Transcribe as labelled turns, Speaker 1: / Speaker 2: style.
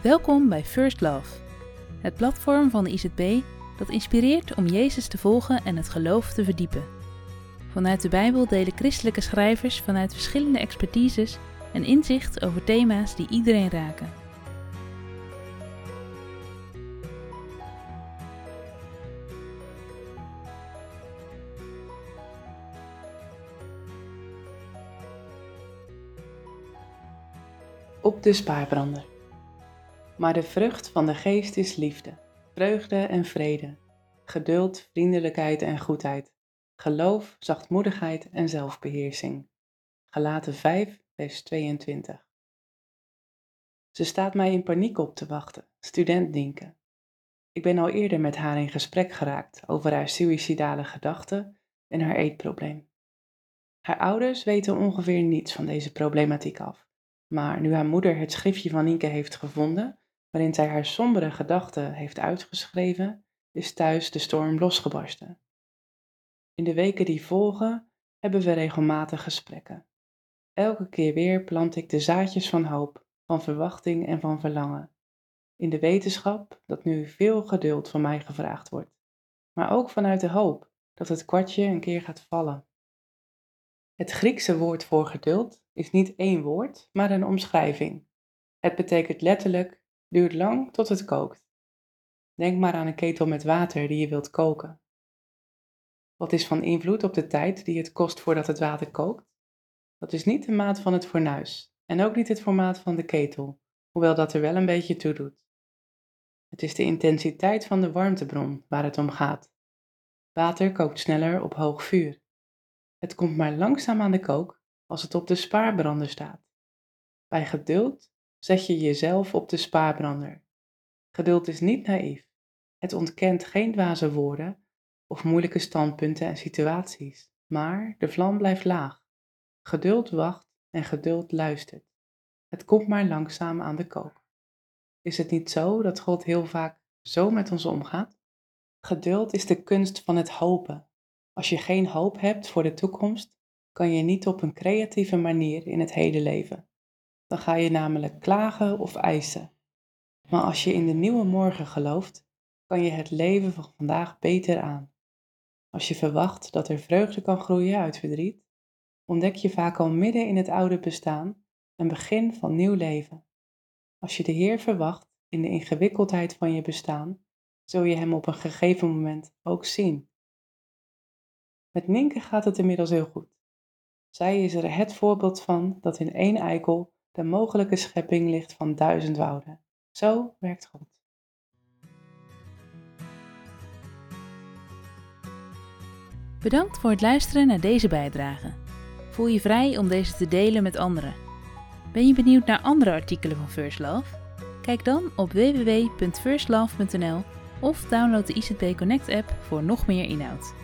Speaker 1: Welkom bij First Love, het platform van de IZB dat inspireert om Jezus te volgen en het geloof te verdiepen. Vanuit de Bijbel delen christelijke schrijvers vanuit verschillende expertises een inzicht over thema's die iedereen raken.
Speaker 2: Op de spaarbrander. Maar de vrucht van de geest is liefde, vreugde en vrede, geduld, vriendelijkheid en goedheid, geloof, zachtmoedigheid en zelfbeheersing. Galaten 5, vers 22. Ze staat mij in paniek op te wachten, student Nienke. Ik ben al eerder met haar in gesprek geraakt over haar suïcidale gedachten en haar eetprobleem. Haar ouders weten ongeveer niets van deze problematiek af. Maar nu haar moeder het schriftje van Nienke heeft gevonden, waarin zij haar sombere gedachten heeft uitgeschreven, is thuis de storm losgebarsten. In de weken die volgen hebben we regelmatig gesprekken. Elke keer weer plant ik de zaadjes van hoop, van verwachting en van verlangen. In de wetenschap dat nu veel geduld van mij gevraagd wordt. Maar ook vanuit de hoop dat het kwartje een keer gaat vallen. Het Griekse woord voor geduld is niet één woord, maar een omschrijving. Het betekent letterlijk, duurt lang tot het kookt. Denk maar aan een ketel met water die je wilt koken. Wat is van invloed op de tijd die het kost voordat het water kookt? Dat is niet de maat van het fornuis en ook niet het formaat van de ketel, hoewel dat er wel een beetje toe doet. Het is de intensiteit van de warmtebron waar het om gaat. Water kookt sneller op hoog vuur. Het komt maar langzaam aan de kook als het op de spaarbrander staat. Bij geduld zet je jezelf op de spaarbrander. Geduld is niet naïef. Het ontkent geen dwaze woorden of moeilijke standpunten en situaties, maar de vlam blijft laag. Geduld wacht en geduld luistert. Het komt maar langzaam aan de kook. Is het niet zo dat God heel vaak zo met ons omgaat? Geduld is de kunst van het hopen. Als je geen hoop hebt voor de toekomst, kan je niet op een creatieve manier in het heden leven. Dan ga je namelijk klagen of eisen. Maar als je in de nieuwe morgen gelooft, kan je het leven van vandaag beter aan. Als je verwacht dat er vreugde kan groeien uit verdriet, ontdek je vaak al midden in het oude bestaan een begin van nieuw leven. Als je de Heer verwacht in de ingewikkeldheid van je bestaan, zul je Hem op een gegeven moment ook zien. Met Nienke gaat het inmiddels heel goed. Zij is er het voorbeeld van dat in één eikel de mogelijke schepping ligt van 1000 wouden. Zo werkt God.
Speaker 1: Bedankt voor het luisteren naar deze bijdrage. Voel je vrij om deze te delen met anderen. Ben je benieuwd naar andere artikelen van First Love? Kijk dan op www.firstlove.nl of download de IZB Connect app voor nog meer inhoud.